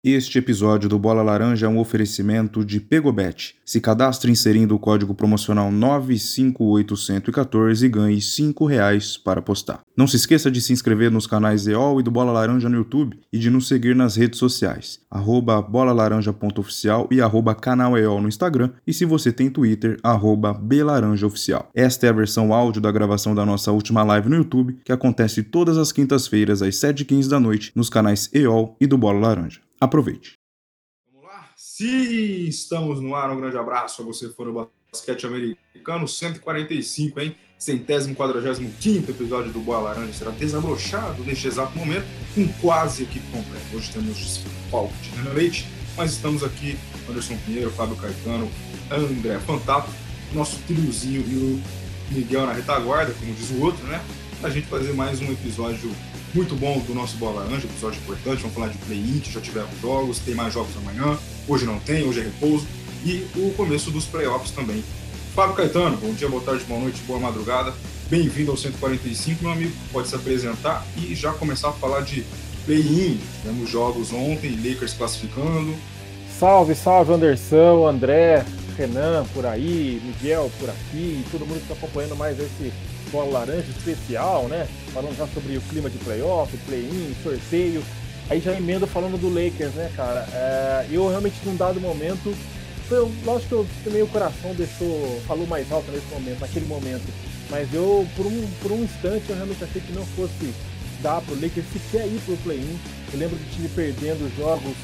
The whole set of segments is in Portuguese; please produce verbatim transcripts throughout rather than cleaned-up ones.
Este episódio do Bola Laranja é um oferecimento de Pegobet. Se cadastre inserindo o código promocional nove cinco oito um quatro e ganhe cinco reais para apostar. Não se esqueça de se inscrever nos canais E O L e do Bola Laranja no YouTube e de nos seguir nas redes sociais, arroba bolalaranja.oficial e arroba canal E O L no Instagram, e se você tem Twitter, arroba belaranjaoficial. Esta é a versão áudio da gravação da nossa última live no YouTube, que acontece todas as quintas-feiras às sete e quinze da noite nos canais E O L e do Bola Laranja. Aproveite. Vamos lá? Sim, estamos no ar. Um grande abraço a você, fã do basquete americano. cento e quarenta e cinco, hein? Centésimo, quadragésimo quinto episódio do Bola Laranja será desabrochado neste exato momento, com quase equipe completa. Hoje temos desfalque de Renan Leite, mas estamos aqui, Anderson Pinheiro, Fábio Caetano, André Fantato, nosso triozinho e o Miguel na retaguarda, como diz o outro, né? Pra gente fazer mais um episódio muito bom do nosso Bola Laranja, episódio importante. Vamos falar de play-in, que já tiveram jogos, tem mais jogos amanhã, hoje não tem, hoje é repouso, e o começo dos playoffs também. Fábio Caetano, bom dia, boa tarde, boa noite, boa madrugada, bem-vindo ao cento e quarenta e cinco, meu amigo, pode se apresentar e já começar a falar de play-in. Tivemos jogos ontem, Lakers classificando. Salve, salve, Anderson, André, Renan por aí, Miguel por aqui, todo mundo que está acompanhando mais esse Bola Laranja especial, né? Falando já sobre o clima de playoff, play-in, sorteio. Aí já emendo falando do Lakers, né, cara? É, eu realmente, num dado momento, foi, lógico que eu também o coração deixou, falou mais alto nesse momento, naquele momento. Mas eu, por um, por um instante, eu realmente achei que não fosse dar pro Lakers sequer ir pro play-in. Eu lembro do time perdendo jogos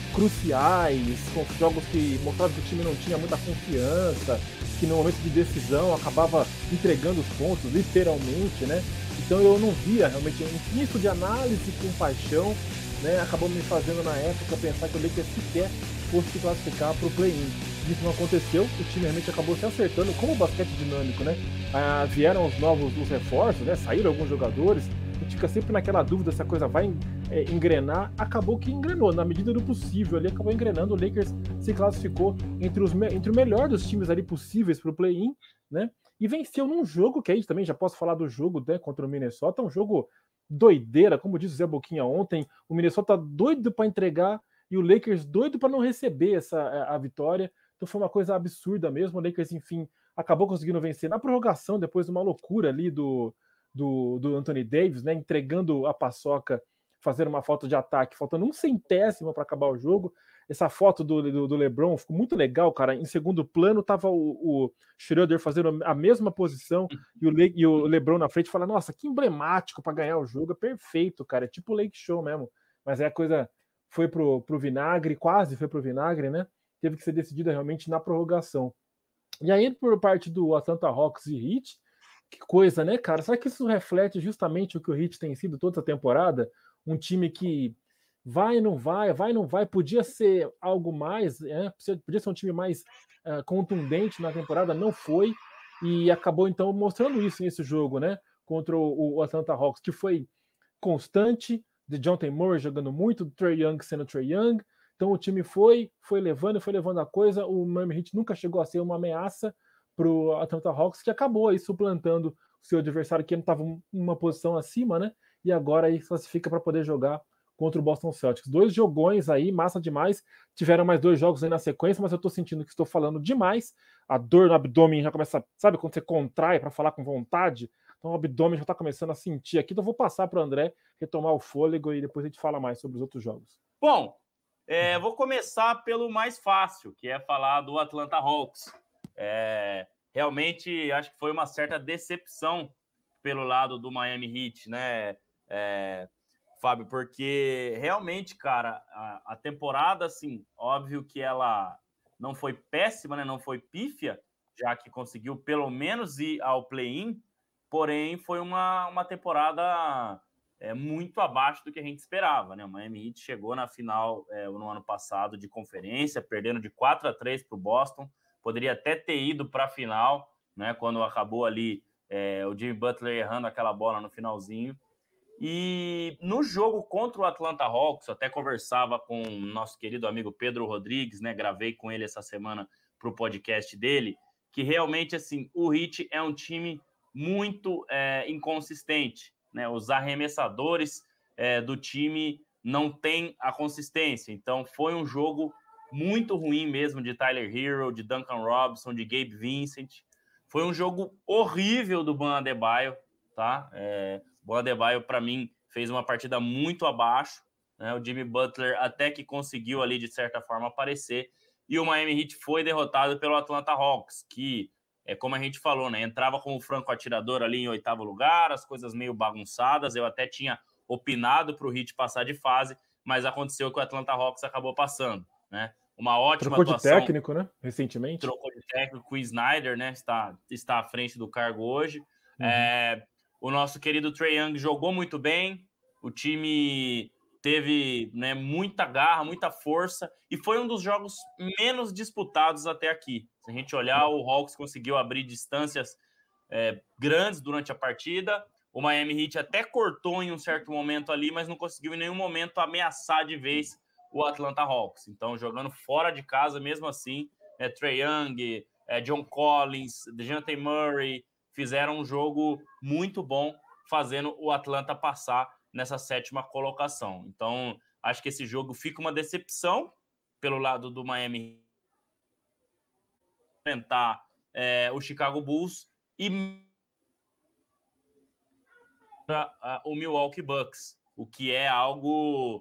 cruciais, com jogos que mostravam que o time não tinha muita confiança, que no momento de decisão acabava entregando os pontos, literalmente, né? Então eu não via realmente um misto de análise com paixão, né? Acabou me fazendo na época pensar que o Lakers sequer fosse se classificar para o play-in. Isso não aconteceu, o time realmente acabou se acertando, como o basquete dinâmico, né? Ah, vieram os novos os reforços, né? Saíram alguns jogadores, a gente fica sempre naquela dúvida se a coisa vai é, engrenar. Acabou que engrenou, na medida do possível ali, acabou engrenando. O Lakers se classificou entre, os, entre o melhor dos times ali possíveis para o play-in, né? E venceu num jogo, que aí também já posso falar do jogo, né, contra o Minnesota, um jogo doideira, como disse o Zé Boquinha ontem, o Minnesota doido para entregar e o Lakers doido para não receber essa, a, a vitória. Então foi uma coisa absurda mesmo. O Lakers, enfim, acabou conseguindo vencer na prorrogação, depois de uma loucura ali do, do, do Anthony Davis, né, entregando a paçoca, fazendo uma falta de ataque, faltando um centésimo para acabar o jogo. Essa foto do, do, do LeBron ficou muito legal, cara. Em segundo plano tava o, o Schroeder fazendo a mesma posição e o, Le, e o LeBron na frente. Fala, nossa, que emblemático para ganhar o jogo. É perfeito, cara. É tipo o Lake Show mesmo. Mas aí a coisa foi pro, pro vinagre, quase foi pro vinagre, né? Teve que ser decidida realmente na prorrogação. E aí, por parte do Atlanta Hawks e Heat, que coisa, né, cara? Será que isso reflete justamente o que o Heat tem sido toda a temporada? Um time que vai, não vai, vai, não vai. Podia ser algo mais, né? Podia ser um time mais uh, contundente na temporada, não foi. E acabou, então, mostrando isso nesse jogo, né? Contra o, o Atlanta Hawks, que foi constante, de Jonathan Murray jogando muito, do Trae Young sendo Trae Young. Então o time foi, foi levando, foi levando a coisa. O Miami Heat nunca chegou a ser uma ameaça para o Atlanta Hawks, que acabou aí suplantando o seu adversário, que não estava uma posição acima, né? E agora aí classifica para poder jogar contra o Boston Celtics. Dois jogões aí, massa demais. Tiveram mais dois jogos aí na sequência, mas eu tô sentindo que estou falando demais. A dor no abdômen já começa, sabe quando você contrai para falar com vontade? Então o abdômen já está começando a sentir aqui. Então eu vou passar para o André retomar o fôlego e depois a gente fala mais sobre os outros jogos. Bom, é, vou começar pelo mais fácil, que é falar do Atlanta Hawks. É, realmente, acho que foi uma certa decepção pelo lado do Miami Heat, né, é, Fábio? Porque realmente, cara, a, a temporada, assim, óbvio que ela não foi péssima, né, não foi pífia, já que conseguiu pelo menos ir ao play-in, porém foi uma, uma temporada é, muito abaixo do que a gente esperava, né? O Miami Heat chegou na final é, no ano passado de conferência, perdendo de quatro a três para o Boston, poderia até ter ido para a final, né? Quando acabou ali é, o Jimmy Butler errando aquela bola no finalzinho. E no jogo contra o Atlanta Hawks, eu até conversava com o nosso querido amigo Pedro Rodrigues, né? Gravei com ele essa semana para o podcast dele, que realmente, assim, o Heat é um time muito é, inconsistente, né? Os arremessadores é, do time não tem a consistência. Então, foi um jogo muito ruim mesmo de Tyler Hero, de Duncan Robinson, de Gabe Vincent. Foi um jogo horrível do Bam Adebayo, tá? É, o Bam Adebayo, para mim, fez uma partida muito abaixo, né? O Jimmy Butler até que conseguiu ali, de certa forma, aparecer. E o Miami Heat foi derrotado pelo Atlanta Hawks, que, é como a gente falou, né? Entrava como franco atirador ali em oitavo lugar, as coisas meio bagunçadas. Eu até tinha opinado para o Heat passar de fase, mas aconteceu que o Atlanta Hawks acabou passando, né? Uma ótima trocou atuação. Trocou de técnico, né? Recentemente. Trocou de técnico, o Snyder, né? Está, está à frente do cargo hoje. Uhum. É, o nosso querido Trae Young jogou muito bem. O time teve, né, muita garra, muita força. E foi um dos jogos menos disputados até aqui. Se a gente olhar, o Hawks conseguiu abrir distâncias é, grandes durante a partida. O Miami Heat até cortou em um certo momento ali, mas não conseguiu em nenhum momento ameaçar de vez o Atlanta Hawks. Então, jogando fora de casa, mesmo assim, é, Trae Young, é, John Collins, DeJounte Murray fizeram um jogo muito bom, fazendo o Atlanta passar nessa sétima colocação. Então, acho que esse jogo fica uma decepção pelo lado do Miami enfrentar é, o Chicago Bulls e para uh, o Milwaukee Bucks, o que é algo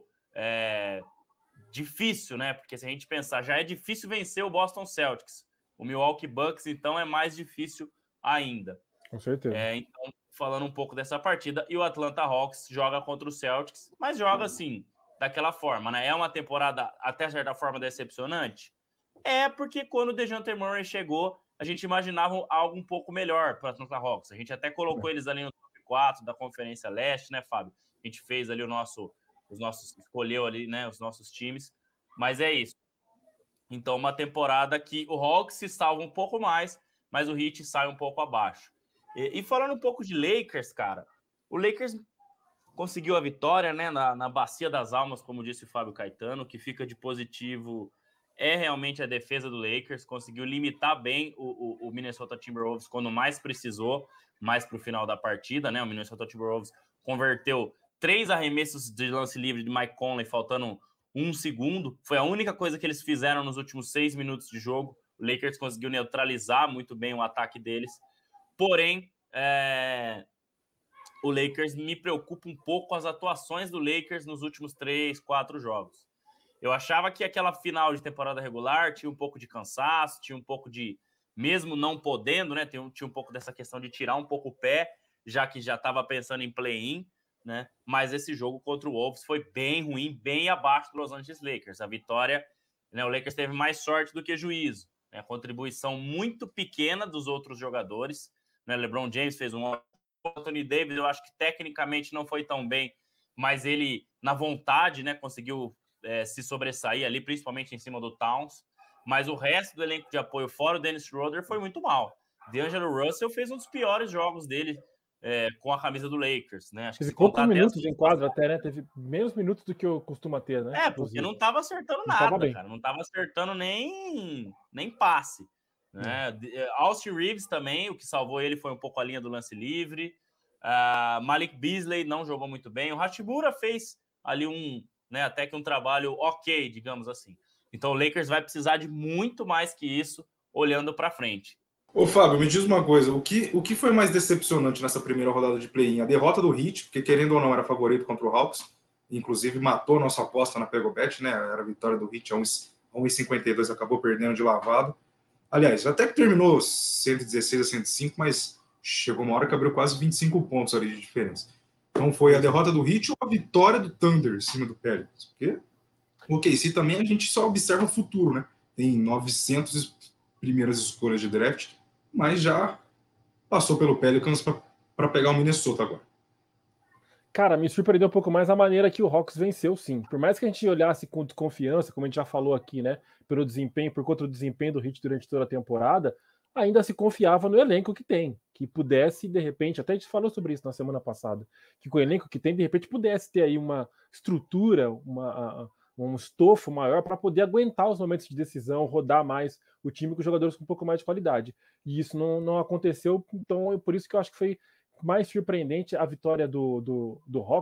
é, difícil, né? Porque se a gente pensar, já é difícil vencer o Boston Celtics. O Milwaukee Bucks, então, é mais difícil ainda. Com certeza. É, então, falando um pouco dessa partida, e o Atlanta Hawks joga contra o Celtics, mas joga, assim, daquela forma, né? É uma temporada, até certa forma, decepcionante? É, porque quando o DeJounte Murray chegou, a gente imaginava algo um pouco melhor para o Atlanta Hawks. A gente até colocou eles ali no top quatro da Conferência Leste, né, Fábio? A gente fez ali o nosso, os nossos, escolheu ali, né, os nossos times, mas é isso. Então, uma temporada que o Hawks se salva um pouco mais, mas o Heat sai um pouco abaixo. E, e falando um pouco de Lakers, cara, o Lakers conseguiu a vitória, né, na, na bacia das almas, como disse o Fábio Caetano. O que fica de positivo é realmente a defesa do Lakers, conseguiu limitar bem o, o, o Minnesota Timberwolves quando mais precisou, mais para o final da partida, né? O Minnesota Timberwolves converteu três arremessos de lance livre de Mike Conley, faltando um segundo. Foi a única coisa que eles fizeram nos últimos seis minutos de jogo. O Lakers conseguiu neutralizar muito bem o ataque deles. Porém, é... o Lakers me preocupa um pouco com as atuações do Lakers nos últimos três, quatro jogos. Eu achava que aquela final de temporada regular tinha um pouco de cansaço, tinha um pouco de, mesmo não podendo, né, tinha um, tinha um pouco dessa questão de tirar um pouco o pé, já que já estava pensando em play-in, né? Mas esse jogo contra o Wolves foi bem ruim, bem abaixo do Los Angeles Lakers. A vitória, né, o Lakers teve mais sorte do que juízo, né? A contribuição muito pequena dos outros jogadores, né? LeBron James fez um Anthony Davis, eu acho que tecnicamente não foi tão bem, mas ele, na vontade, né, conseguiu É, se sobressair ali, principalmente em cima do Towns, mas o resto do elenco de apoio, fora o Dennis Schroeder, foi muito mal. D'Angelo Russell fez um dos piores jogos dele é, com a camisa do Lakers, né? Acho que teve poucos minutos em quadro até, né? Teve menos minutos do que eu costuma ter, né? É, porque não estava acertando não nada, tava cara. Não estava acertando nem, nem passe. Né? Hum. Austin Reeves também, o que salvou ele foi um pouco a linha do lance livre. Uh, Malik Beasley não jogou muito bem. O Hachimura fez ali um né, até que um trabalho ok, digamos assim. Então o Lakers vai precisar de muito mais que isso, olhando para frente. Ô Fábio, me diz uma coisa, o que, o que foi mais decepcionante nessa primeira rodada de play-in? A derrota do Heat, porque querendo ou não era favorito contra o Hawks, inclusive matou nossa aposta na Pegobet, né, era a vitória do Heat a um e cinquenta e dois, acabou perdendo de lavado. Aliás, até que terminou cento e dezesseis a cento e cinco, mas chegou uma hora que abriu quase vinte e cinco pontos ali de diferença. Então foi a derrota do Heat ou a vitória do Thunder em cima do Pelicans? Porque o K C também a gente só observa o futuro, né? Tem novecentas primeiras escolhas de draft, mas já passou pelo Pelicans para pegar o Minnesota agora. Cara, me surpreendeu um pouco mais a maneira que o Hawks venceu, sim. Por mais que a gente olhasse com desconfiança, como a gente já falou aqui, né? Pelo desempenho, por conta do desempenho do Heat durante toda a temporada, ainda se confiava no elenco que tem, que pudesse, de repente, até a gente falou sobre isso na semana passada, que com o elenco que tem, de repente, pudesse ter aí uma estrutura, uma, um estofo maior para poder aguentar os momentos de decisão, rodar mais o time com jogadores com um pouco mais de qualidade. E isso não, não aconteceu, então é por isso que eu acho que foi mais surpreendente a vitória do, do, do Hawks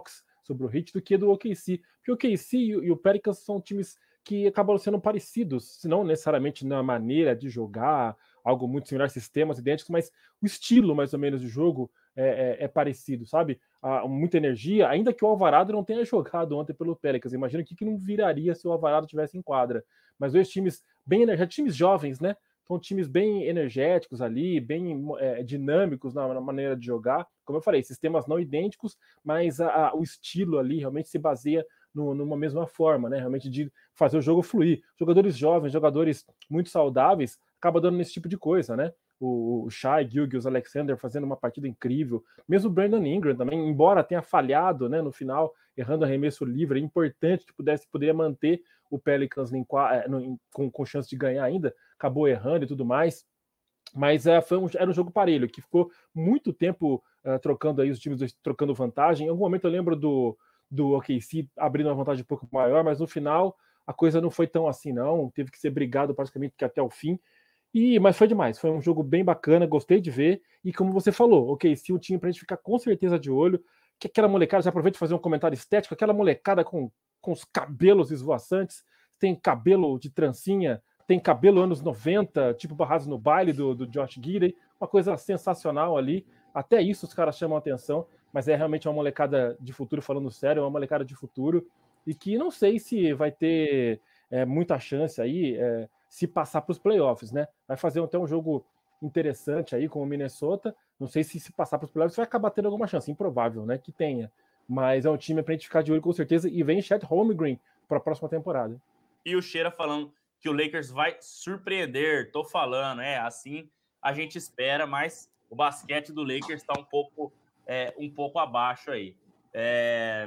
sobre o Heat do que do O K C. Porque o O K C e o Pelicans são times que acabam sendo parecidos, se não necessariamente na maneira de jogar, algo muito similar, sistemas idênticos, mas o estilo, mais ou menos, de jogo é, é, é parecido, sabe? Há muita energia, ainda que o Alvarado não tenha jogado ontem pelo Pelicans. Imagina o que, que não viraria se o Alvarado tivesse em quadra. Mas dois times bem energéticos, times jovens, né? São times bem energéticos ali, bem é, dinâmicos na, na maneira de jogar. Como eu falei, sistemas não idênticos, mas a, a, o estilo ali realmente se baseia no, numa mesma forma, né? Realmente de fazer o jogo fluir. Jogadores jovens, jogadores muito saudáveis, acaba dando nesse tipo de coisa, né? O, o Shai Gilgeous-Alexander fazendo uma partida incrível. Mesmo o Brandon Ingram também, embora tenha falhado, né, no final, errando arremesso livre, é importante que pudesse, poderia manter o Pelicans em, no, com, com chance de ganhar ainda, acabou errando e tudo mais. Mas uh, foi um, era um jogo parelho, que ficou muito tempo uh, trocando aí os times, trocando vantagem. Em algum momento eu lembro do, do O K C abrindo uma vantagem um pouco maior, mas no final a coisa não foi tão assim, não. Teve que ser brigado praticamente até o fim. E, mas foi demais, foi um jogo bem bacana, gostei de ver. E como você falou, ok, se o time pra gente ficar com certeza de olho, que aquela molecada, já aproveito de fazer um comentário estético, aquela molecada com, com os cabelos esvoaçantes, tem cabelo de trancinha, tem cabelo anos noventa, tipo Barrados no Baile do, do Josh Giddey, uma coisa sensacional ali. Até isso os caras chamam a atenção, mas é realmente uma molecada de futuro, falando sério, é uma molecada de futuro, e que não sei se vai ter é, muita chance aí, é, se passar para os playoffs, né? Vai fazer até um jogo interessante aí com o Minnesota. Não sei se se passar para os playoffs vai acabar tendo alguma chance. Improvável, né? Que tenha. Mas é um time para a gente ficar de olho com certeza. E vem Chet Holmgren para a próxima temporada. E o Cheira falando que o Lakers vai surpreender. Tô falando, é assim a gente espera, mas o basquete do Lakers está um pouco, é, um pouco abaixo aí. É...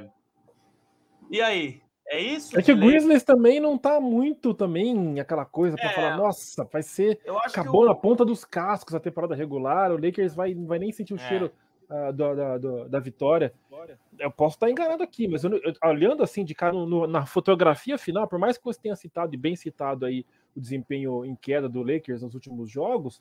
E aí? É isso? É que o Grizzlies também não tá muito também aquela coisa para é, falar, nossa, vai ser. Acabou o... na ponta dos cascos a temporada regular, o Lakers vai, não vai nem sentir o é. cheiro uh, da, da, da, da vitória. Eu posso estar enganado aqui, mas eu, eu, olhando assim de cara no, na fotografia final, por mais que você tenha citado e bem citado aí o desempenho em queda do Lakers nos últimos jogos,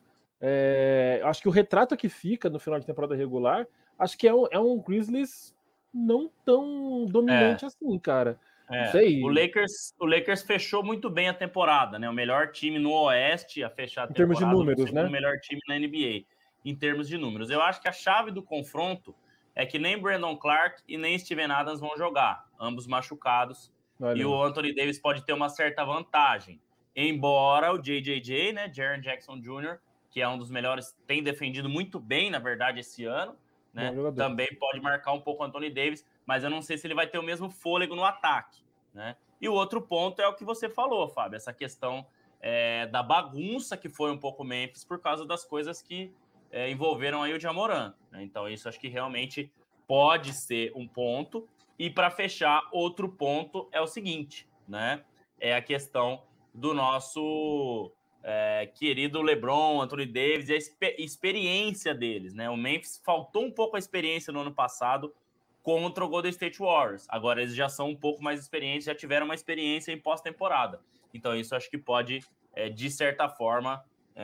é, acho que o retrato que fica no final de temporada regular, acho que é um, é um Grizzlies não tão dominante é. assim, cara. É, sei. O Lakers, o Lakers fechou muito bem a temporada, né? O melhor time no Oeste a fechar a em termos temporada, de números, né? O melhor time na N B A, em termos de números. Eu acho que a chave do confronto é que nem Brandon Clark e nem Steven Adams vão jogar, ambos machucados. Olha. E o Anthony Davis pode ter uma certa vantagem. Embora o J J J, né, Jaren Jackson Júnior, que é um dos melhores, tem defendido muito bem, na verdade, esse ano, né? Também pode marcar um pouco o Anthony Davis, mas eu não sei se ele vai ter o mesmo fôlego no ataque, né? E o outro ponto é o que você falou, Fábio, essa questão é, da bagunça que foi um pouco o Memphis por causa das coisas que é, envolveram aí o Ja Morant, né? Então isso acho que realmente pode ser um ponto. E para fechar, outro ponto é o seguinte, né? É a questão do nosso é, querido LeBron, Anthony Davis e a exper- experiência deles, né? O Memphis faltou um pouco a experiência no ano passado contra o Golden State Warriors. Agora eles já são um pouco mais experientes, já tiveram uma experiência em pós-temporada. Então isso acho que pode, é, de certa forma,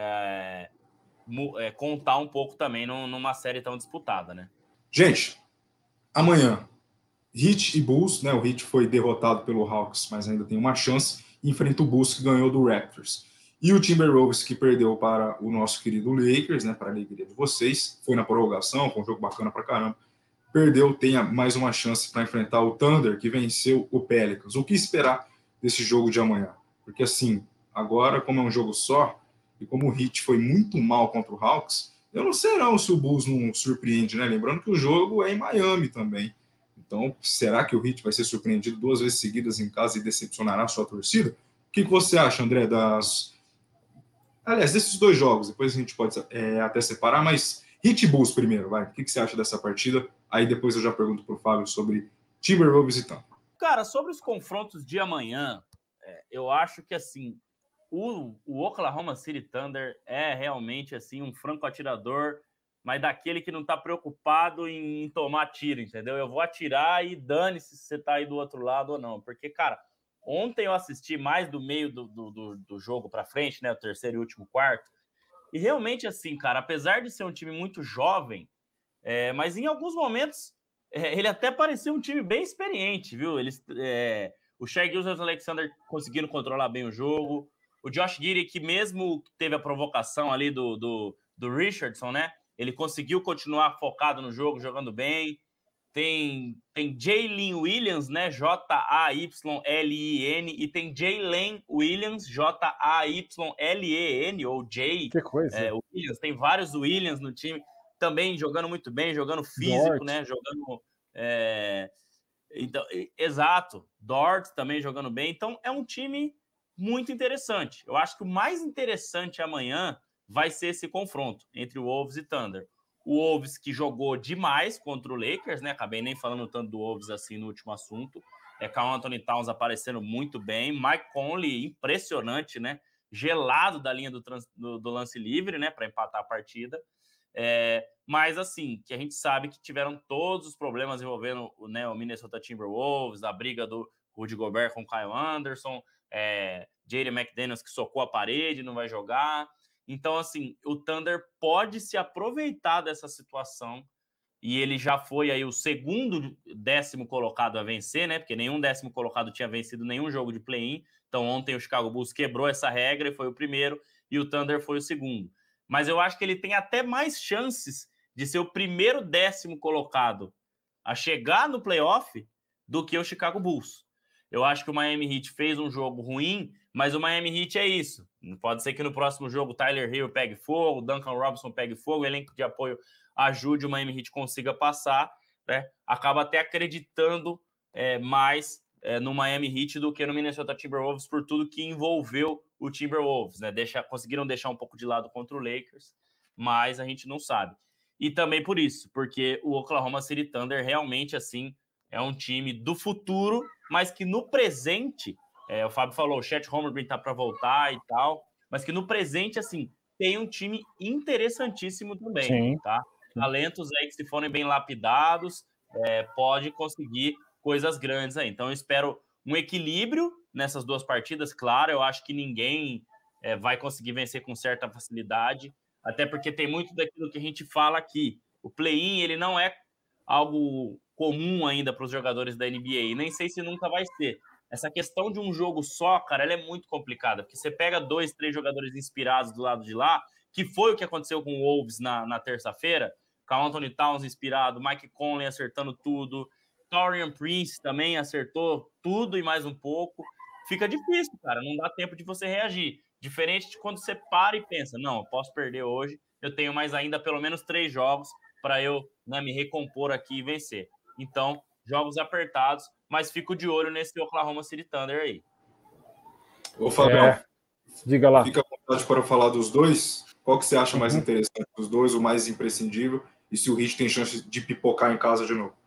é, mu- é, contar um pouco também num, numa série tão disputada, né? Gente, amanhã, Heat e Bulls, né? O Heat foi derrotado pelo Hawks, mas ainda tem uma chance. Enfrenta o Bulls, que ganhou do Raptors. E o Timberwolves, que perdeu para o nosso querido Lakers, né? Para a alegria de vocês. Foi na prorrogação, foi um jogo bacana pra caramba. Perdeu, tem mais uma chance para enfrentar o Thunder, que venceu o Pelicans. O que esperar desse jogo de amanhã? Porque, assim, agora, como é um jogo só, e como o Heat foi muito mal contra o Hawks, eu não sei não se o Bulls não surpreende, né? Lembrando que o jogo é em Miami também. Então, será que o Heat vai ser surpreendido duas vezes seguidas em casa e decepcionará a sua torcida? O que você acha, André, das... Aliás, desses dois jogos, depois a gente pode é, até separar, mas Heat e Bulls primeiro, vai. O que você acha dessa partida? Aí depois eu já pergunto pro Fábio sobre Timberwolves e tal. Cara, sobre os confrontos de amanhã, é, eu acho que, assim, o, o Oklahoma City Thunder é realmente, assim, um franco atirador, mas daquele que não tá preocupado em tomar tiro, entendeu? Eu vou atirar e dane-se se você tá aí do outro lado ou não. Porque, cara, ontem eu assisti mais do meio do, do, do jogo pra frente, né? O terceiro e último quarto. E realmente, assim, cara, apesar de ser um time muito jovem, é, mas em alguns momentos é, ele até parecia um time bem experiente, viu? Eles, é, o Shai Gilgeous-Alexander conseguindo controlar bem o jogo, o Josh Giddey, que mesmo teve a provocação ali do, do, do Richardson, né? Ele conseguiu continuar focado no jogo, jogando bem. Tem, tem Jalen Williams, né? J A Y L I N, e tem Jalen Williams, J A Y L E N, ou Jay Que coisa. é, Williams. Tem vários Williams no time, também jogando muito bem, jogando físico, Dort. né? Jogando. É... Então, exato. Dort também jogando bem. Então, é um time muito interessante. Eu acho que o mais interessante amanhã vai ser esse confronto entre o Wolves e Thunder. O Wolves que jogou demais contra o Lakers, né? Acabei nem falando tanto do Wolves assim no último assunto. É, Karl Anthony Towns aparecendo muito bem. Mike Conley, impressionante, né? Gelado da linha do, trans, do, do lance livre, né? Para empatar a partida. É, mas, assim, que a gente sabe que tiveram todos os problemas envolvendo, né, o Minnesota Timberwolves, a briga do Rudy Gobert com o Kyle Anderson, é, Jaden McDaniels que socou a parede, não vai jogar. Então, assim, o Thunder pode se aproveitar dessa situação, e ele já foi aí o segundo décimo colocado a vencer, né? Porque nenhum décimo colocado tinha vencido nenhum jogo de play-in. Então, ontem o Chicago Bulls quebrou essa regra e foi o primeiro, e o Thunder foi o segundo. Mas eu acho que ele tem até mais chances de ser o primeiro décimo colocado a chegar no playoff do que o Chicago Bulls. Eu acho que o Miami Heat fez um jogo ruim, mas o Miami Heat é isso. Pode ser que no próximo jogo o Tyler Hill pegue fogo, o Duncan Robinson pegue fogo, o elenco de apoio ajude, o Miami Heat consiga passar, né? Acaba até acreditando é, mais é, no Miami Heat do que no Minnesota Timberwolves, por tudo que envolveu o Timberwolves, né? Deixa, conseguiram deixar um pouco de lado contra o Lakers, mas a gente não sabe. E também por isso, porque o Oklahoma City Thunder realmente, assim, é um time do futuro, mas que no presente, é, o Fábio falou, o Chet Holmgren tá para voltar e tal, mas que no presente, assim, tem um time interessantíssimo também, Sim. tá? Talentos aí que, se forem bem lapidados, é, pode conseguir coisas grandes aí. Então, eu espero um equilíbrio nessas duas partidas. Claro, eu acho que ninguém é, vai conseguir vencer com certa facilidade, até porque tem muito daquilo que a gente fala aqui. O play-in, ele não é algo comum ainda para os jogadores da N B A, e nem sei se nunca vai ser. Essa questão de um jogo só, cara, ela é muito complicada, porque você pega dois, três jogadores inspirados do lado de lá, que foi o que aconteceu com o Wolves na, na terça-feira, Karl Anthony Towns inspirado, Mike Conley acertando tudo, Taurean Prince também acertou tudo e mais um pouco. Fica difícil, cara, não dá tempo de você reagir. Diferente de quando você para e pensa, não, eu posso perder hoje, eu tenho mais ainda pelo menos três jogos para eu, né, me recompor aqui e vencer. Então, jogos apertados, mas fico de olho nesse Oklahoma City Thunder aí. Ô, Fabião, é, diga lá. Fica à vontade para falar dos dois. Qual que você acha mais uhum. interessante dos dois, o mais imprescindível, e se o Heat tem chance de pipocar em casa de novo?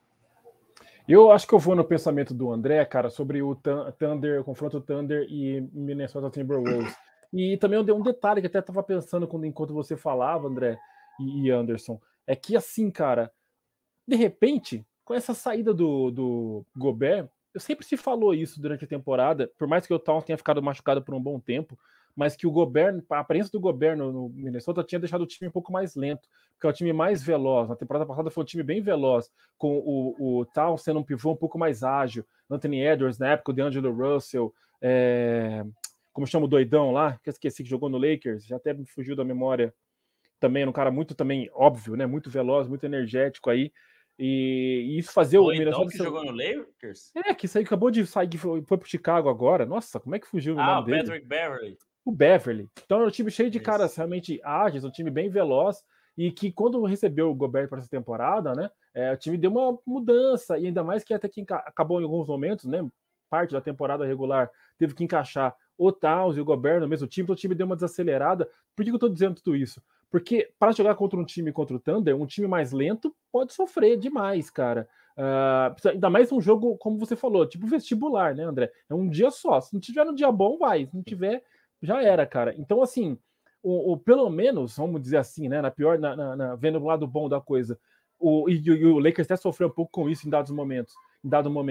Eu acho que eu vou no pensamento do André, cara, sobre o Thunder, o confronto Thunder e Minnesota Timberwolves. E também um detalhe que até estava pensando quando, enquanto você falava, André e Anderson, é que assim, cara, de repente, com essa saída do, do Gobert, eu sempre se falou isso durante a temporada, por mais que o Towns tenha ficado machucado por um bom tempo, mas que o Gobert, a aparência do Gobert no, no Minnesota tinha deixado o time um pouco mais lento, porque é o time mais veloz. Na temporada passada foi um time bem veloz, com o, o Towns sendo um pivô um pouco mais ágil, Anthony Edwards na época, o DeAngelo Russell, é, como chama o doidão lá, que eu esqueci que jogou no Lakers, já até me fugiu da memória, também era um cara muito também óbvio, né, muito veloz, muito energético aí, e, e isso fazer o Minnesota... que jogou no Lakers? É, que isso aí acabou de sair, que foi, foi pro Chicago agora. Nossa, como é que fugiu o ah, nome o dele? Patrick Beverley. O Beverley. Então é um time cheio de isso. caras realmente ágeis, um time bem veloz, e que quando recebeu o Gobert para essa temporada, né, é, o time deu uma mudança, e ainda mais que até que acabou em alguns momentos, né, parte da temporada regular, teve que encaixar o Towns e o Gobert no mesmo time, então o time deu uma desacelerada. Por que eu tô dizendo tudo isso? Porque para jogar contra um time contra o Thunder, um time mais lento pode sofrer demais, cara. Uh, ainda mais um jogo, como você falou, tipo vestibular, né, André? É um dia só. Se não tiver um dia bom, vai. Se não tiver, já era, cara. Então, assim, o, o pelo menos, vamos dizer assim, né, na pior, na, na, na, vendo o lado bom da coisa, o, e, e o Lakers até sofreu um pouco com isso em dados momentos, em dado momento.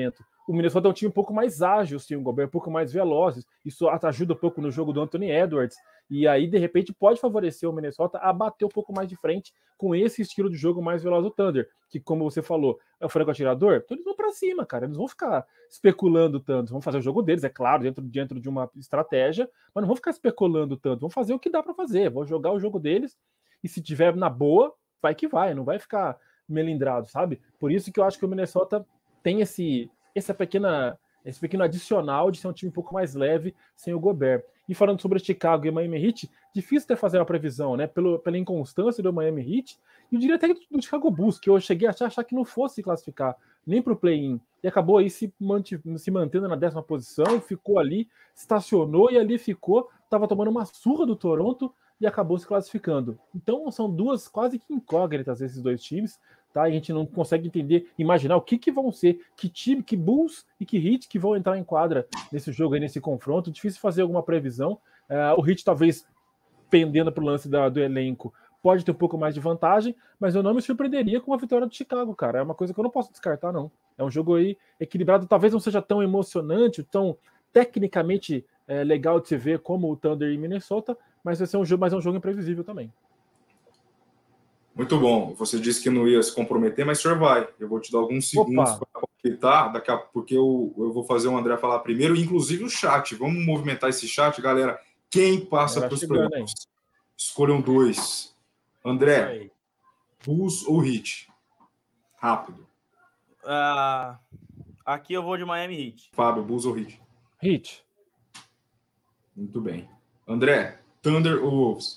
o Minnesota é um time um pouco mais ágil, sim, o Gobert um pouco mais veloz, isso ajuda um pouco no jogo do Anthony Edwards, e aí, de repente, pode favorecer o Minnesota a bater um pouco mais de frente com esse estilo de jogo mais veloz do Thunder, que, como você falou, é o franco atirador, então eles vão pra cima, cara, eles vão ficar especulando tanto, vão fazer o jogo deles, é claro, dentro, dentro de uma estratégia, mas não vão ficar especulando tanto, vão fazer o que dá pra fazer, vão jogar o jogo deles, e se tiver na boa, vai que vai, não vai ficar melindrado, sabe? Por isso que eu acho que o Minnesota tem esse, essa pequena, esse pequeno adicional de ser um time um pouco mais leve sem o Gobert. E falando sobre Chicago e Miami Heat, difícil até fazer uma previsão, né? Pelo, pela inconstância do Miami Heat, e eu diria até do Chicago Bulls, que eu cheguei a achar, achar que não fosse classificar nem para o play-in, e acabou aí se, manti, se mantendo na décima posição, ficou ali, estacionou e ali ficou, estava tomando uma surra do Toronto e acabou se classificando. Então são duas quase que incógnitas esses dois times, tá? A gente não consegue entender, imaginar o que, que vão ser, que time, que Bulls e que Heat que vão entrar em quadra nesse jogo aí, nesse confronto. Difícil fazer alguma previsão. Uh, o Heat talvez pendendo para o lance da, do elenco pode ter um pouco mais de vantagem, mas eu não me surpreenderia com a vitória do Chicago, cara. É uma coisa que eu não posso descartar, não. É um jogo aí equilibrado, talvez não seja tão emocionante, tão tecnicamente é, legal de se ver como o Thunder e Minnesota, mas vai ser um jogo, mas é um jogo imprevisível também. Muito bom. Você disse que não ia se comprometer, mas o senhor vai. Eu vou te dar alguns segundos para completar, daqui a, porque eu, eu vou fazer o André falar primeiro, inclusive o chat. Vamos movimentar esse chat, galera. Quem passa para os playoffs? Escolham dois. André, Bulls ou Heat? Rápido. Uh, aqui eu vou de Miami Heat. Fábio, Bulls ou Heat? Heat. Muito bem. André, Thunder ou Wolves?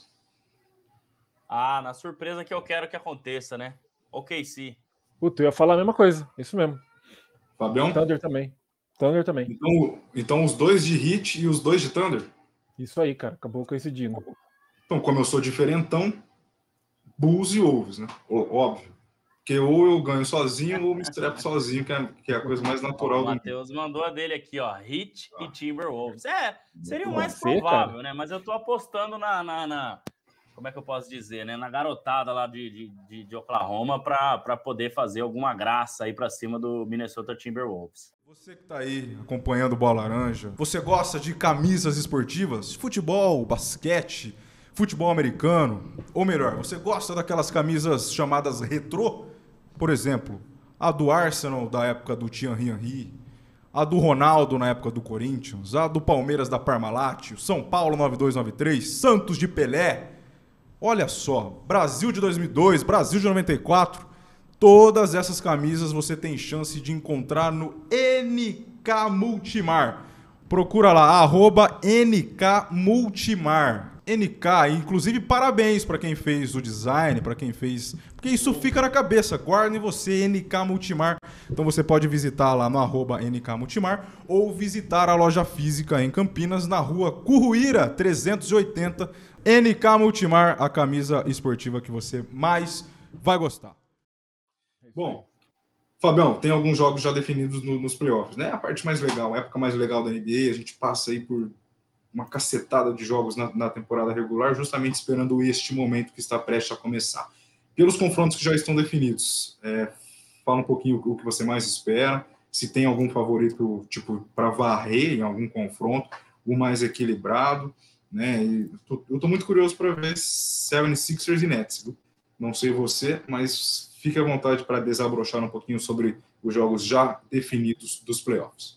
Ah, na surpresa que eu quero que aconteça, né? Ok, sim. Puta, eu ia falar a mesma coisa. Isso mesmo. Fabião? Thunder também. Thunder também. Então, então os dois de Heat e os dois de Thunder? Isso aí, cara. Acabou coincidindo. Então, como eu sou diferentão, Bulls e Wolves, né? Óbvio. Porque ou eu ganho sozinho ou me estrepo sozinho, que é, que é a coisa mais natural. O Matheus mandou a dele aqui, ó. Heat ah. e Timberwolves. É, seria o mais ser, provável, cara. né? Mas eu tô apostando na, na, na... Como é que eu posso dizer, né? Na garotada lá de, de, de Oklahoma para poder fazer alguma graça aí para cima do Minnesota Timberwolves. Você que tá aí acompanhando o Bola Laranja, você gosta de camisas esportivas? Futebol, basquete, futebol americano? Ou melhor, você gosta daquelas camisas chamadas retrô? Por exemplo, a do Arsenal da época do Thierry Henry, a do Ronaldo na época do Corinthians, a do Palmeiras da Parmalat, o São Paulo nove dois nove três, Santos de Pelé. Olha só, Brasil de dois mil e dois, Brasil de noventa e quatro, todas essas camisas você tem chance de encontrar no N K Multimar. Procura lá, arroba N K Multimar. N K, inclusive parabéns para quem fez o design, para quem fez... Porque isso fica na cabeça, guarda em você, N K Multimar. Então você pode visitar lá no arroba N K Multimar ou visitar a loja física em Campinas, na rua Curruíra trezentos e oitenta. N K Multimar, a camisa esportiva que você mais vai gostar. Bom, Fabião, tem alguns jogos já definidos no, nos playoffs, né? A parte mais legal, a época mais legal da N B A, a gente passa aí por uma cacetada de jogos na, na temporada regular, justamente esperando este momento que está prestes a começar. Pelos confrontos que já estão definidos, é, fala um pouquinho o que você mais espera, se tem algum favorito tipo para varrer em algum confronto, o mais equilibrado, né? E tô, eu estou muito curioso para ver setenta e seis ers e Nets. Viu? Não sei você, mas fique à vontade para desabrochar um pouquinho sobre os jogos já definidos dos playoffs.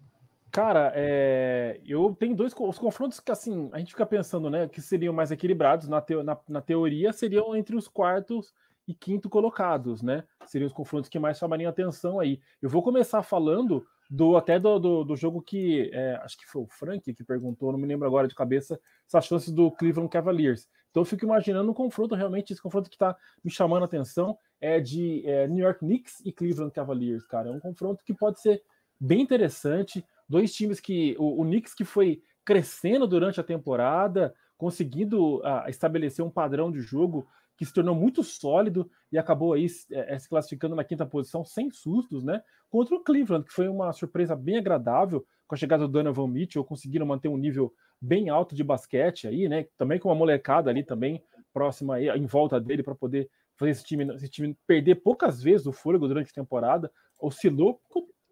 Cara, é... eu tenho dois os confrontos que, assim, a gente fica pensando, né, que seriam mais equilibrados, na, teo... na, na teoria, seriam entre os quartos e quinto colocados, né? Seriam os confrontos que mais chamariam atenção aí. Eu vou começar falando do até do, do, do jogo que, é, acho que foi o Frank que perguntou, não me lembro agora de cabeça, essas chances do Cleveland Cavaliers. Então eu fico imaginando um confronto, realmente, esse confronto que está me chamando a atenção é de é, New York Knicks e Cleveland Cavaliers, cara. É um confronto que pode ser bem interessante. Dois times que... O, o Knicks que foi crescendo durante a temporada, conseguindo uh, estabelecer um padrão de jogo que se tornou muito sólido e acabou aí é, se classificando na quinta posição sem sustos, né? Contra o Cleveland, que foi uma surpresa bem agradável com a chegada do Donovan Mitchell, conseguiram manter um nível bem alto de basquete aí, né? Também com uma molecada ali também próxima aí, em volta dele para poder fazer esse time, esse time perder poucas vezes o fôlego durante a temporada, oscilou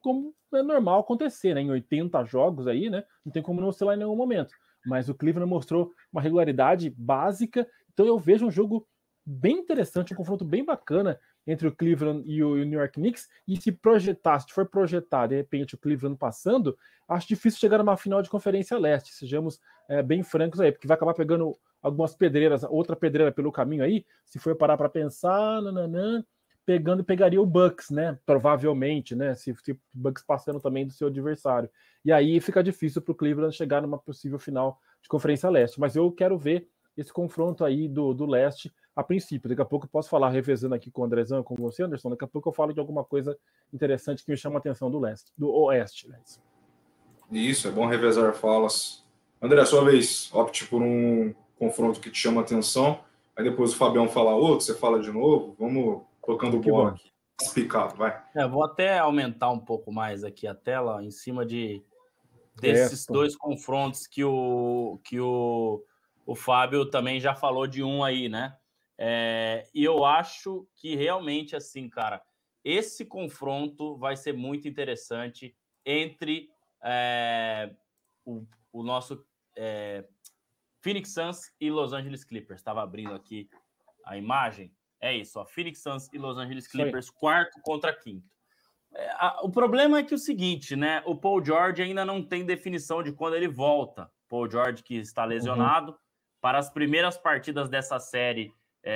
como é normal acontecer, né? Em oitenta jogos aí, né? Não tem como não oscilar em nenhum momento. Mas o Cleveland mostrou uma regularidade básica, então eu vejo um jogo bem interessante, um confronto bem bacana entre o Cleveland e o New York Knicks, e se projetar, se for projetar, de repente, o Cleveland passando, acho difícil chegar numa final de Conferência Leste, sejamos é, bem francos aí, porque vai acabar pegando algumas pedreiras, outra pedreira pelo caminho aí, se for parar para pensar, nananã, pegando, pegaria o Bucks, né, provavelmente, né, se, se o Bucks passando também do seu adversário, e aí fica difícil para o Cleveland chegar numa possível final de Conferência Leste, mas eu quero ver esse confronto aí do, do leste a princípio. Daqui a pouco eu posso falar, revezando aqui com o Andrezão, com você, Anderson, daqui a pouco eu falo de alguma coisa interessante que me chama a atenção do leste, do oeste. Né? Isso, é bom revezar falas. André, sua vez, opte por um confronto que te chama a atenção, aí depois o Fabião fala outro, você fala de novo, vamos tocando bola aqui. Explicado, vai. É, vou até aumentar um pouco mais aqui a tela, em cima de desses Esto. dois confrontos que o, que o O Fábio também já falou de um aí, né? É, e eu acho que realmente, assim, cara, esse confronto vai ser muito interessante entre é, o, o nosso é, Phoenix Suns e Los Angeles Clippers. Estava abrindo aqui a imagem. É isso, ó, Phoenix Suns e Los Angeles Clippers, quarto contra quinto. É, a, o problema é que é o seguinte, né? O Paul George ainda não tem definição de quando ele volta. Paul George que está lesionado. Uhum. Para as primeiras partidas dessa série,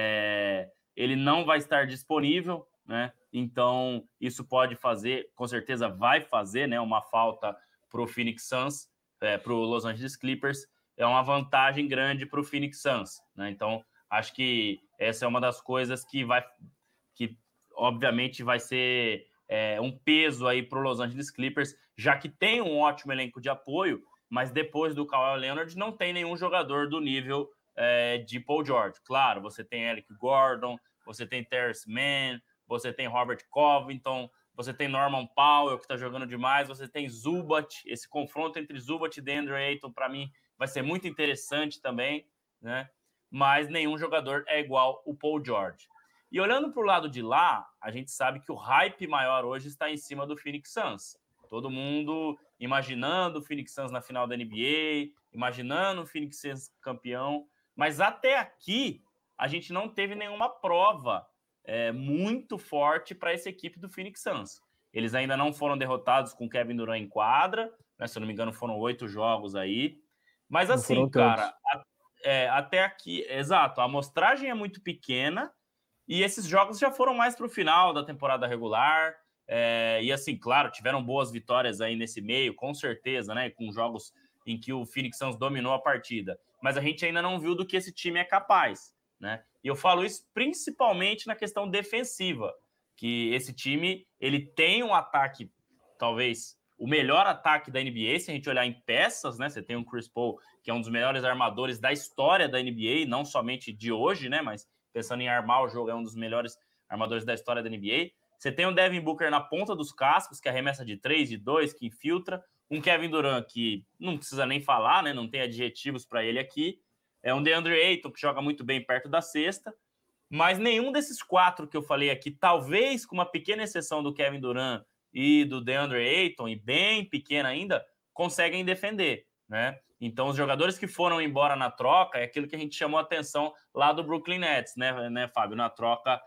é, ele não vai estar disponível, né? Então, isso pode fazer, com certeza vai fazer, né, uma falta para o Phoenix Suns, é, para o Los Angeles Clippers. É uma vantagem grande para o Phoenix Suns, né? Então, acho que essa é uma das coisas que vai, que obviamente vai ser é, um peso aí para o Los Angeles Clippers, já que tem um ótimo elenco de apoio, mas depois do Kawhi Leonard não tem nenhum jogador do nível é, de Paul George. Claro, você tem Eric Gordon, você tem Terrence Mann, você tem Robert Covington, você tem Norman Powell, que está jogando demais, você tem Zubat. Esse confronto entre Zubat e DeAndre Ayton, para mim, vai ser muito interessante também, né? Mas nenhum jogador é igual o Paul George. E olhando para o lado de lá, a gente sabe que o hype maior hoje está em cima do Phoenix Suns. Todo mundo imaginando o Phoenix Suns na final da N B A, imaginando o Phoenix Suns campeão, mas até aqui a gente não teve nenhuma prova é, muito forte para essa equipe do Phoenix Suns. Eles ainda não foram derrotados com Kevin Durant em quadra, né, se eu não me engano foram oito jogos aí, mas assim, cara, a, é, até aqui, exato, a amostragem é muito pequena e esses jogos já foram mais para o final da temporada regular. É, e assim, claro, tiveram boas vitórias aí nesse meio, com certeza, né? Com jogos em que o Phoenix Suns dominou a partida. Mas a gente ainda não viu do que esse time é capaz, né? E eu falo isso principalmente na questão defensiva, que esse time, ele tem um ataque, talvez o melhor ataque da N B A, se a gente olhar em peças, né? Você tem o Chris Paul, que é um dos melhores armadores da história da N B A, não somente de hoje, né? Mas pensando em armar o jogo, é um dos melhores armadores da história da N B A. Você tem o Devin Booker na ponta dos cascos, que arremessa de três, de dois, que infiltra. Um Kevin Durant que não precisa nem falar, né? Não tem adjetivos para ele aqui. É um DeAndre Ayton que joga muito bem perto da cesta. Mas nenhum desses quatro que eu falei aqui, talvez com uma pequena exceção do Kevin Durant e do DeAndre Ayton, e bem pequena ainda, conseguem defender, né? Então, os jogadores que foram embora na troca é aquilo que a gente chamou a atenção lá do Brooklyn Nets, né, né Fábio? Na troca...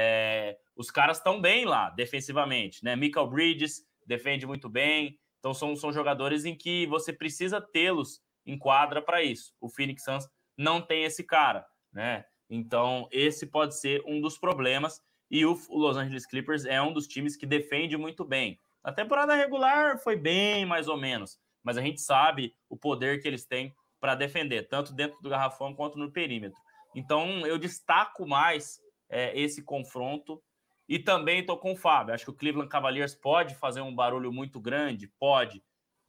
É, os caras estão bem lá, defensivamente, né? Michael Bridges defende muito bem, então são, são jogadores em que você precisa tê-los em quadra para isso. O Phoenix Suns não tem esse cara, né? Então esse pode ser um dos problemas, e o, o Los Angeles Clippers é um dos times que defende muito bem. Na temporada regular foi bem mais ou menos, mas a gente sabe o poder que eles têm para defender, tanto dentro do garrafão quanto no perímetro. Então eu destaco mais É, esse confronto, e também estou com o Fábio. Acho que o Cleveland Cavaliers pode fazer um barulho muito grande, pode,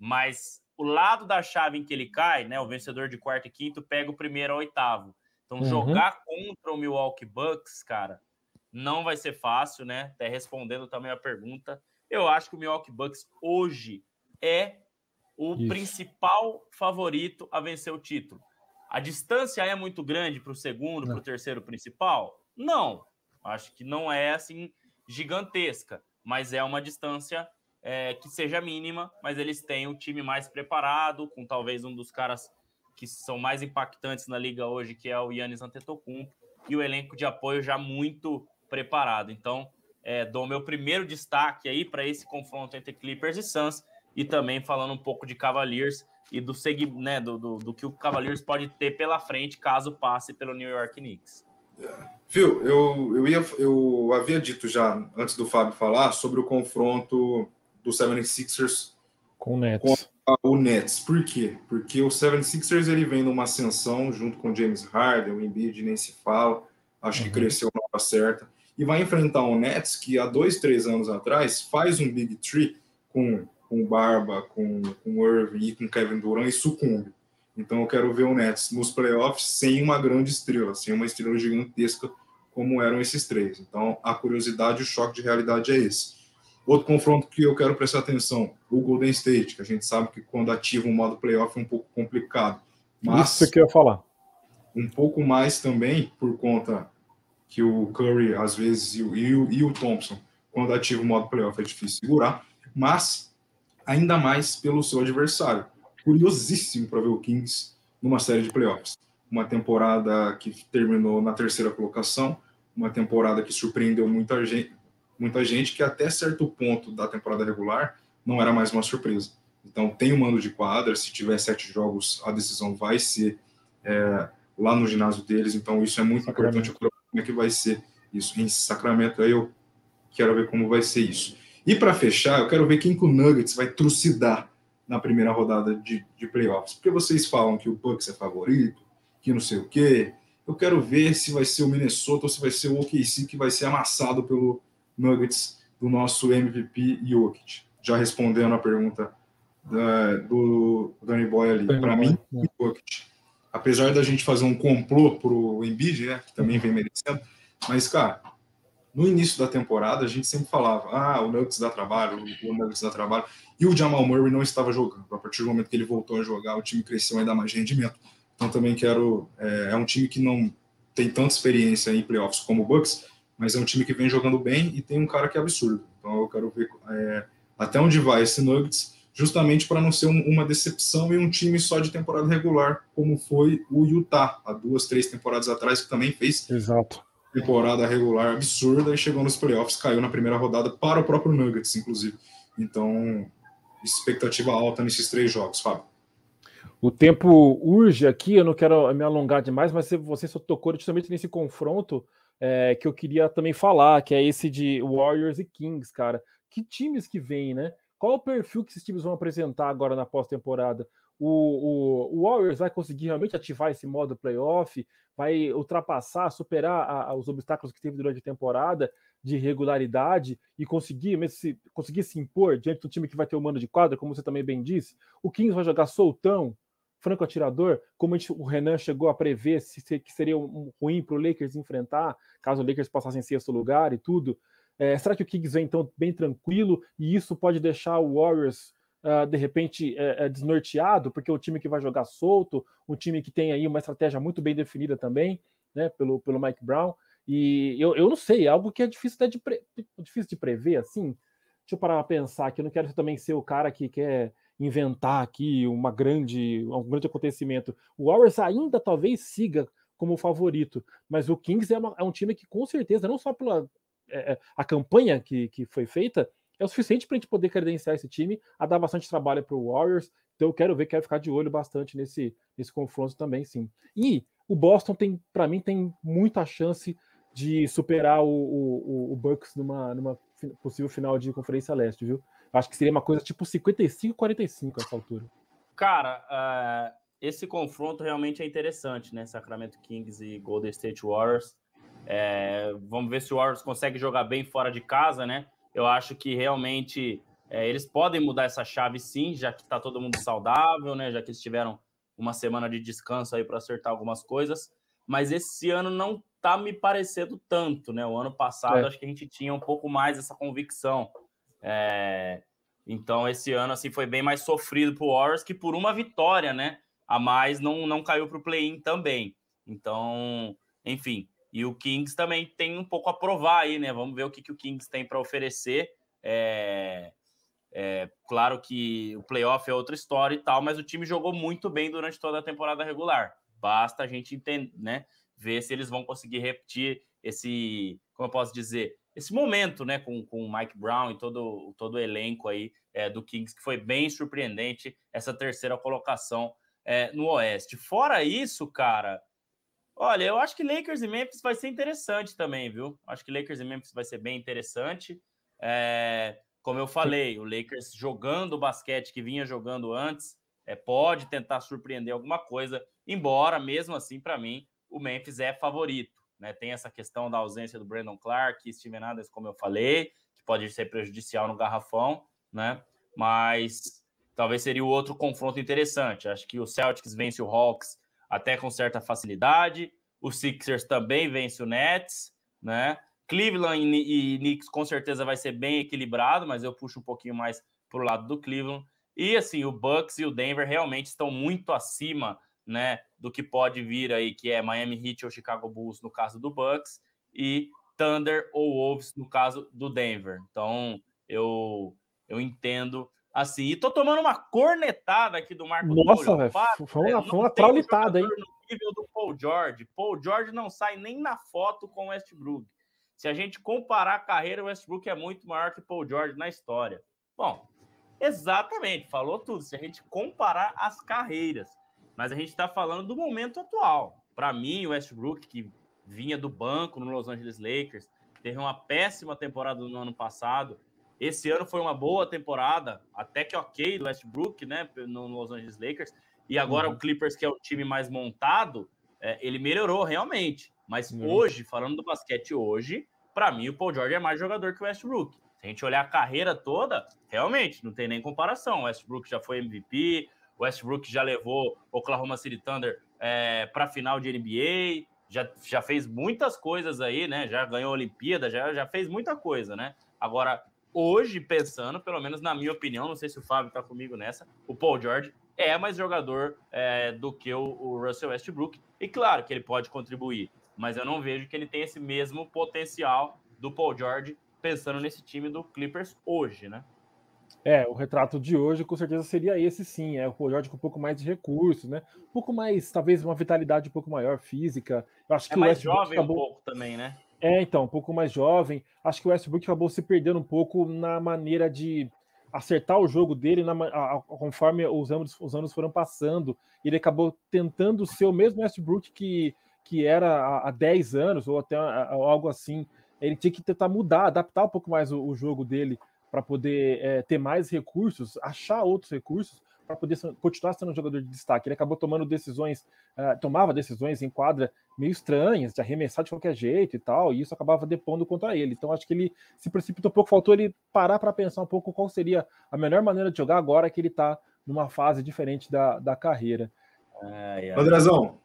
mas o lado da chave em que ele cai, né, o vencedor de quarto e quinto pega o primeiro ao oitavo. Então, uhum. jogar contra o Milwaukee Bucks, cara, não vai ser fácil, né? Até respondendo também a pergunta, eu acho que o Milwaukee Bucks hoje é o Isso. principal favorito a vencer o título. A distância é muito grande para o segundo, para o terceiro principal? Não, acho que não é assim gigantesca, mas é uma distância é, que seja mínima, mas eles têm o time mais preparado, com talvez um dos caras que são mais impactantes na liga hoje, que é o Giannis Antetokounmpo, e o elenco de apoio já muito preparado. Então, é, dou meu primeiro destaque aí para esse confronto entre Clippers e Suns, e também falando um pouco de Cavaliers e do, né, do, do, do que o Cavaliers pode ter pela frente caso passe pelo New York Knicks. Phil, eu, eu, ia, eu havia dito já, antes do Fábio falar, sobre o confronto do setenta e seis ers com o Nets. Com o Nets. Por quê? Porque o setenta e seis ers ele vem numa ascensão junto com o James Harden, o Embiid nem se fala, acho que uhum. cresceu na hora certa, e vai enfrentar o Nets que há dois, três anos atrás faz um Big Three com, com Barba, com, com Irving e com Kevin Durant e sucumbe. Então eu quero ver o Nets nos playoffs sem uma grande estrela, sem uma estrela gigantesca como eram esses três. Então a curiosidade e o choque de realidade é esse. Outro confronto que eu quero prestar atenção, o Golden State, que a gente sabe que quando ativa o modo playoff é um pouco complicado. Mas isso que eu ia falar. Um pouco mais também por conta que o Curry, às vezes, e o, e o, e o Thompson, quando ativa o modo playoff é difícil segurar, mas ainda mais pelo seu adversário. Curiosíssimo para ver o Kings numa série de playoffs. Uma temporada que terminou na terceira colocação, uma temporada que surpreendeu muita gente, muita gente que até certo ponto da temporada regular não era mais uma surpresa. Então tem um mando de quadra, se tiver sete jogos, a decisão vai ser é, lá no ginásio deles, então isso é muito Sacramento. Importante. Como é que vai ser isso em Sacramento? Aí eu quero ver como vai ser isso. E para fechar, eu quero ver quem que o Nuggets vai trucidar na primeira rodada de, de playoffs. Porque vocês falam que o Bucks é favorito, que não sei o quê. Eu quero ver se vai ser o Minnesota ou se vai ser o O K C que vai ser amassado pelo Nuggets do nosso M V P Jokic. Já respondendo a pergunta da, do Danny Boy ali. Para mim, o Jokic. Apesar da gente fazer um complô pro Embiid, né, que também vem merecendo, mas, cara, no início da temporada, a gente sempre falava, ah, o Nuggets dá trabalho, o Nuggets dá trabalho, e o Jamal Murray não estava jogando. A partir do momento que ele voltou a jogar, o time cresceu ainda mais de rendimento. Então, também quero... É, é um time que não tem tanta experiência em playoffs como o Bucks, mas é um time que vem jogando bem e tem um cara que é absurdo. Então, eu quero ver é, até onde vai esse Nuggets, justamente para não ser um, uma decepção e um time só de temporada regular, como foi o Utah, há duas, três temporadas atrás, que também fez Exato. temporada regular absurda e chegou nos playoffs, caiu na primeira rodada para o próprio Nuggets, inclusive. Então, expectativa alta nesses três jogos, Fábio. O tempo urge aqui, eu não quero me alongar demais, mas você só tocou justamente nesse confronto é, que eu queria também falar, que é esse de Warriors e Kings, cara. Que times que vêm, né? Qual o perfil que esses times vão apresentar agora na pós-temporada? O, o, o Warriors vai conseguir realmente ativar esse modo playoff? Vai ultrapassar, superar a, a, os obstáculos que teve durante a temporada de regularidade e conseguir, mesmo se, conseguir se impor diante do time que vai ter o mando de quadra, como você também bem disse? O Kings vai jogar soltão, franco atirador, como a gente, o Renan chegou a prever se, se, que seria um, ruim para o Lakers enfrentar, caso o Lakers passasse em sexto lugar e tudo. É, será que o Kings vem então bem tranquilo e isso pode deixar o Warriors uh, de repente é, é desnorteado, porque é um time que vai jogar solto, um time que tem aí uma estratégia muito bem definida também, né, pelo, pelo Mike Brown, e eu, eu não sei, é algo que é difícil, até de, pre, difícil de prever, assim. Deixa eu parar para pensar, que eu não quero também ser o cara que quer inventar aqui uma grande, um grande acontecimento. O Warriors ainda talvez siga como favorito, mas o Kings é, uma, é um time que com certeza, não só pela É, a campanha que, que foi feita é o suficiente para a gente poder credenciar esse time a dar bastante trabalho para o Warriors. Então eu quero ver, quero ficar de olho bastante nesse, nesse confronto também, sim. E o Boston tem, para mim, tem muita chance de superar o, o, o Bucks numa, numa possível final de Conferência Leste, viu? Acho que seria uma coisa tipo cinquenta e cinco a quarenta e cinco nessa altura. Cara, uh, esse confronto realmente é interessante, né? Sacramento Kings e Golden State Warriors. É, vamos ver se o Warriors consegue jogar bem fora de casa, né? Eu acho que realmente é, eles podem mudar essa chave sim, já que tá todo mundo saudável, né? Já que eles tiveram uma semana de descanso aí para acertar algumas coisas. Mas esse ano não tá me parecendo tanto, né? O ano passado é. acho que a gente tinha um pouco mais essa convicção. É, então esse ano assim foi bem mais sofrido pro Warriors, que por uma vitória, né? A mais não, não caiu pro play-in também. Então, enfim... E o Kings também tem um pouco a provar aí, né? Vamos ver o que, que o Kings tem para oferecer. É... É, claro que o playoff é outra história e tal, mas o time jogou muito bem durante toda a temporada regular. Basta a gente entender, né, ver se eles vão conseguir repetir esse, como eu posso dizer, esse momento, né, com, com o Mike Brown e todo, todo o elenco aí é, do Kings, que foi bem surpreendente essa terceira colocação é, no Oeste. Fora isso, cara, olha, eu acho que Lakers e Memphis vai ser interessante também, viu? Acho que Lakers e Memphis vai ser bem interessante. É, como eu falei, o Lakers jogando o basquete que vinha jogando antes, é, pode tentar surpreender alguma coisa, embora, mesmo assim, para mim, o Memphis é favorito. Né? Tem essa questão da ausência do Brandon Clark, Steven Adams, como eu falei, que pode ser prejudicial no garrafão, né? Mas talvez seria o outro confronto interessante. Acho que o Celtics vence o Hawks até com certa facilidade, o Sixers também vence o Nets, né? Cleveland e, e Knicks com certeza vai ser bem equilibrado, mas eu puxo um pouquinho mais para o lado do Cleveland. E assim, o Bucks e o Denver realmente estão muito acima, né, do que pode vir aí, que é Miami Heat ou Chicago Bulls no caso do Bucks, e Thunder ou Wolves no caso do Denver. Então, eu, eu entendo assim. E tô tomando uma cornetada aqui do Marco Nossa, velho. Foi uma, foi uma traulitada, hein? No nível do Paul George. Paul George não sai nem na foto com o Westbrook. Se a gente comparar a carreira, o Westbrook é muito maior que Paul George na história. Bom, exatamente, falou tudo. Se a gente comparar as carreiras. Mas a gente está falando do momento atual. Para mim, o Westbrook, que vinha do banco no Los Angeles Lakers, teve uma péssima temporada no ano passado. Esse ano foi uma boa temporada, até que ok, do Westbrook, né, no Los Angeles Lakers. E agora uhum. o Clippers, que é o time mais montado, é, ele melhorou realmente. Mas uhum. hoje, falando do basquete hoje, para mim o Paul George é mais jogador que o Westbrook. Se a gente olhar a carreira toda, realmente, não tem nem comparação. O Westbrook já foi M V P, o Westbrook já levou o Oklahoma City Thunder é, para a final de N B A, já, já fez muitas coisas aí, né? Já ganhou a Olimpíada, já, já fez muita coisa, né? Agora, hoje, pensando, pelo menos na minha opinião, não sei se o Fábio está comigo nessa, o Paul George é mais jogador é, do que o, o Russell Westbrook. E claro que ele pode contribuir, mas eu não vejo que ele tem esse mesmo potencial do Paul George pensando nesse time do Clippers hoje, né? É, o retrato de hoje com certeza seria esse sim, é o Paul George com um pouco mais de recursos, né? Um pouco mais, talvez uma vitalidade um pouco maior física. Eu acho é que mais o Westbrook jovem acabou... um pouco também, né? É, então, um pouco mais jovem. Acho que o Westbrook acabou se perdendo um pouco na maneira de acertar o jogo dele na, a, a, conforme os anos, os anos foram passando. Ele acabou tentando ser o mesmo Westbrook que, que era há, há dez anos, ou até a, a, algo assim. Ele tinha que tentar mudar, adaptar um pouco mais o, o jogo dele para poder é, ter mais recursos, achar outros recursos para poder continuar sendo um jogador de destaque. Ele acabou tomando decisões, uh, tomava decisões em quadra meio estranhas, de arremessar de qualquer jeito e tal, e isso acabava depondo contra ele. Então acho que ele se precipitou um pouco, faltou ele parar para pensar um pouco qual seria a melhor maneira de jogar agora que ele está numa fase diferente da, da carreira. Ai, ai. Andrezão,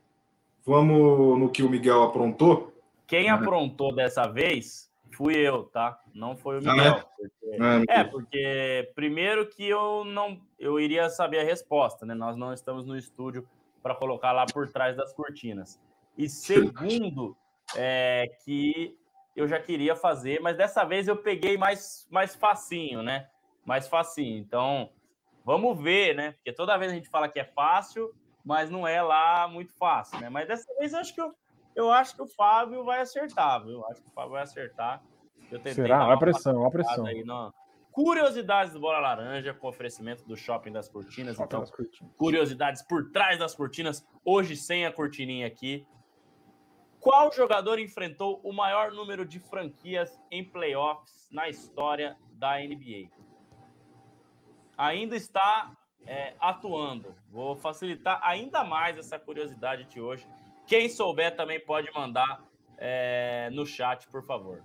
vamos no que o Miguel aprontou? Quem ah. aprontou dessa vez fui eu, tá? Não foi o Miguel. Ah, é? Porque... Ah, é, porque primeiro que eu não eu iria saber a resposta, né? Nós não estamos no estúdio para colocar lá por trás das cortinas. E segundo, é, que eu já queria fazer, mas dessa vez eu peguei mais, mais facinho, né? Mais facinho. Então, vamos ver, né? Porque toda vez a gente fala que é fácil, mas não é lá muito fácil, né? Mas dessa vez eu acho que eu Eu acho que o Fábio vai acertar, viu? Eu acho que o Fábio vai acertar. Eu tentei Será? Olha a pressão, olha a pressão. Aí, não. Curiosidades do Bola Laranja, com oferecimento do Shopping das Cortinas. Shopping então, das cortinas. Curiosidades por trás das cortinas, hoje sem a cortininha aqui. Qual jogador enfrentou o maior número de franquias em playoffs na história da N B A? Ainda está é, atuando. Vou facilitar ainda mais essa curiosidade de hoje. Quem souber também pode mandar é, no chat, por favor.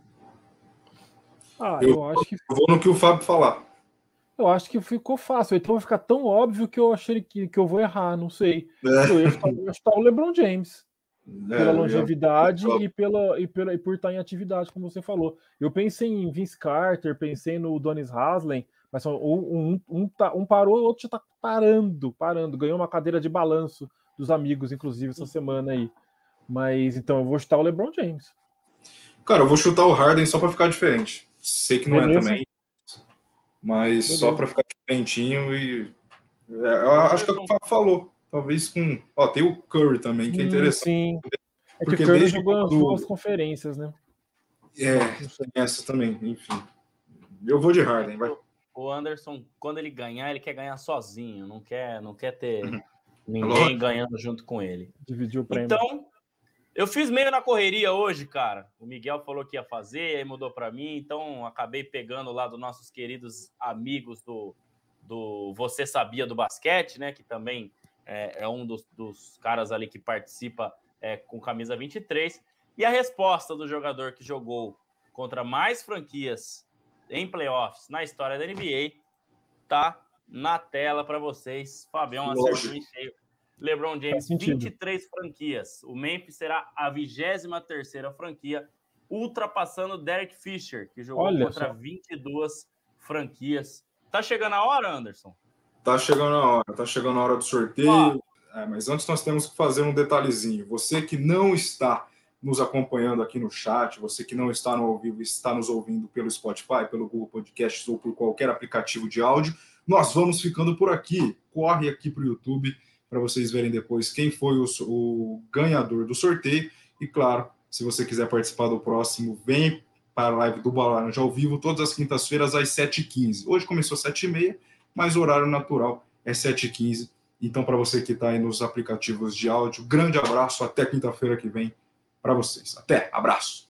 Ah, eu, eu acho que. Eu vou no que o Fábio falar. Eu acho que ficou fácil. Então vai ficar tão óbvio que eu achei que, que eu vou errar, não sei. É. Eu ia chutar o LeBron James. É, pela longevidade eu... e, pela, e, pela, e por estar em atividade, como você falou. Eu pensei em Vince Carter, pensei no Donis Haslem, mas um, um, um, um parou, o outro já está parando, parando. Ganhou uma cadeira de balanço dos amigos, inclusive, essa semana aí. Mas, então, eu vou chutar o LeBron James. Cara, eu vou chutar o Harden só para ficar diferente. Sei que não Beleza. é também. mas Beleza. só para ficar diferentinho e é, eu acho que é o que o Fábio falou. Talvez com. Ó, tem o Curry também, que é Hum, interessante. sim. É que Porque o Curry desde jogou quando- jogou as conferências, né? É, Não sei. tem essa também, enfim. Eu vou de Harden, vai. O Anderson, quando ele ganhar, ele quer ganhar sozinho, não quer, não quer ter Uhum. ninguém Lógico. ganhando junto com ele. Dividiu o prêmio. Então, eu fiz meio na correria hoje, cara. O Miguel falou que ia fazer, aí mudou para mim, então acabei pegando lá dos nossos queridos amigos do, do Você Sabia do Basquete, né? Que também é, é um dos, dos caras ali que participa é, com camisa vinte e três. E a resposta do jogador que jogou contra mais franquias em playoffs na história da N B A tá na tela para vocês. Fabião Lógico. acertou em cheio. LeBron James, Faz sentido. vinte e três franquias. O Memphis será a vigésima terceira franquia, ultrapassando Derek Fisher, que jogou Olha contra só. vinte e duas franquias. Tá chegando a hora, Anderson? Tá chegando a hora, tá chegando a hora do sorteio. É, mas antes nós temos que fazer um detalhezinho. Você que não está nos acompanhando aqui no chat, você que não está no ao vivo, está nos ouvindo pelo Spotify, pelo Google Podcasts ou por qualquer aplicativo de áudio, nós vamos ficando por aqui. Corre aqui para o YouTube para vocês verem depois quem foi o, o ganhador do sorteio. E claro, se você quiser participar do próximo, vem para a live do Bola Laranja ao vivo, todas as quintas-feiras às sete e quinze. Hoje começou às sete e meia, mas o horário natural é sete e quinze. Então, para você que está aí nos aplicativos de áudio, grande abraço, até quinta-feira que vem para vocês. Até, abraço!